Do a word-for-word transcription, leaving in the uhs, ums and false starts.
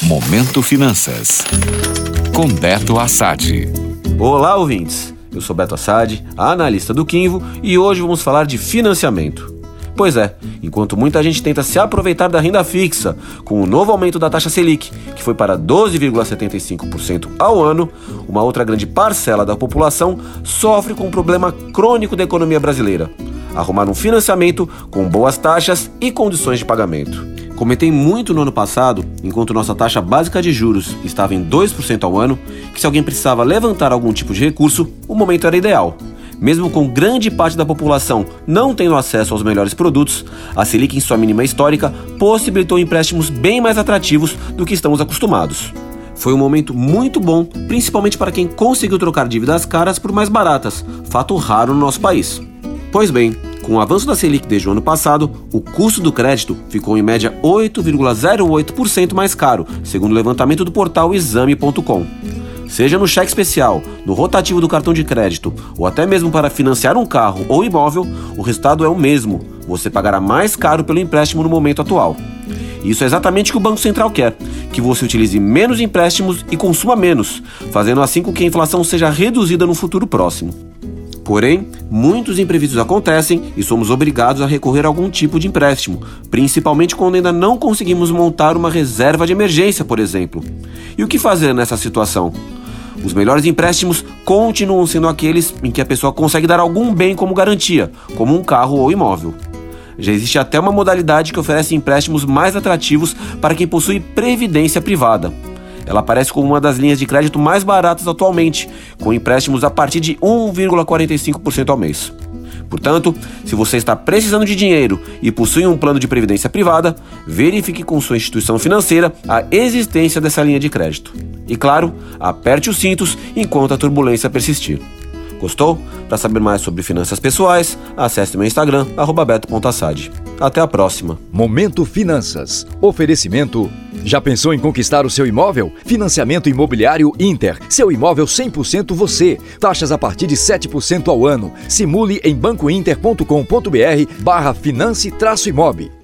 Momento Finanças, com Beto Assad. Olá, ouvintes! Eu sou Beto Assad, analista do Quinvo, e hoje vamos falar de financiamento. Pois é, enquanto muita gente tenta se aproveitar da renda fixa, com o novo aumento da taxa Selic, que foi para doze vírgula setenta e cinco por cento ao ano, uma outra grande parcela da população sofre com um problema crônico da economia brasileira: arrumar um financiamento com boas taxas e condições de pagamento. Comentei muito no ano passado, enquanto nossa taxa básica de juros estava em dois por cento ao ano, que se alguém precisava levantar algum tipo de recurso, o momento era ideal. Mesmo com grande parte da população não tendo acesso aos melhores produtos, a Selic, em sua mínima histórica, possibilitou empréstimos bem mais atrativos do que estamos acostumados. Foi um momento muito bom, principalmente para quem conseguiu trocar dívidas caras por mais baratas, fato raro no nosso país. Pois bem, com o avanço da Selic desde o ano passado, o custo do crédito ficou em média oito vírgula zero oito por cento mais caro, segundo o levantamento do portal exame ponto com. Seja no cheque especial, no rotativo do cartão de crédito ou até mesmo para financiar um carro ou imóvel, o resultado é o mesmo: você pagará mais caro pelo empréstimo no momento atual. Isso é exatamente o que o Banco Central quer, que você utilize menos empréstimos e consuma menos, fazendo assim com que a inflação seja reduzida no futuro próximo. Porém, muitos imprevistos acontecem e somos obrigados a recorrer a algum tipo de empréstimo, principalmente quando ainda não conseguimos montar uma reserva de emergência, por exemplo. E o que fazer nessa situação? Os melhores empréstimos continuam sendo aqueles em que a pessoa consegue dar algum bem como garantia, como um carro ou imóvel. Já existe até uma modalidade que oferece empréstimos mais atrativos para quem possui previdência privada. Ela aparece como uma das linhas de crédito mais baratas atualmente, com empréstimos a partir de um vírgula quarenta e cinco por cento ao mês. Portanto, se você está precisando de dinheiro e possui um plano de previdência privada, verifique com sua instituição financeira a existência dessa linha de crédito. E claro, aperte os cintos enquanto a turbulência persistir. Gostou? Para saber mais sobre finanças pessoais, acesse meu Instagram, arroba beto ponto assad. Até a próxima. Momento Finanças. Oferecimento. Já pensou em conquistar o seu imóvel? Financiamento Imobiliário Inter. Seu imóvel cem por cento você. Taxas a partir de sete por cento ao ano. Simule em banco inter ponto com ponto br barra finance traço imob.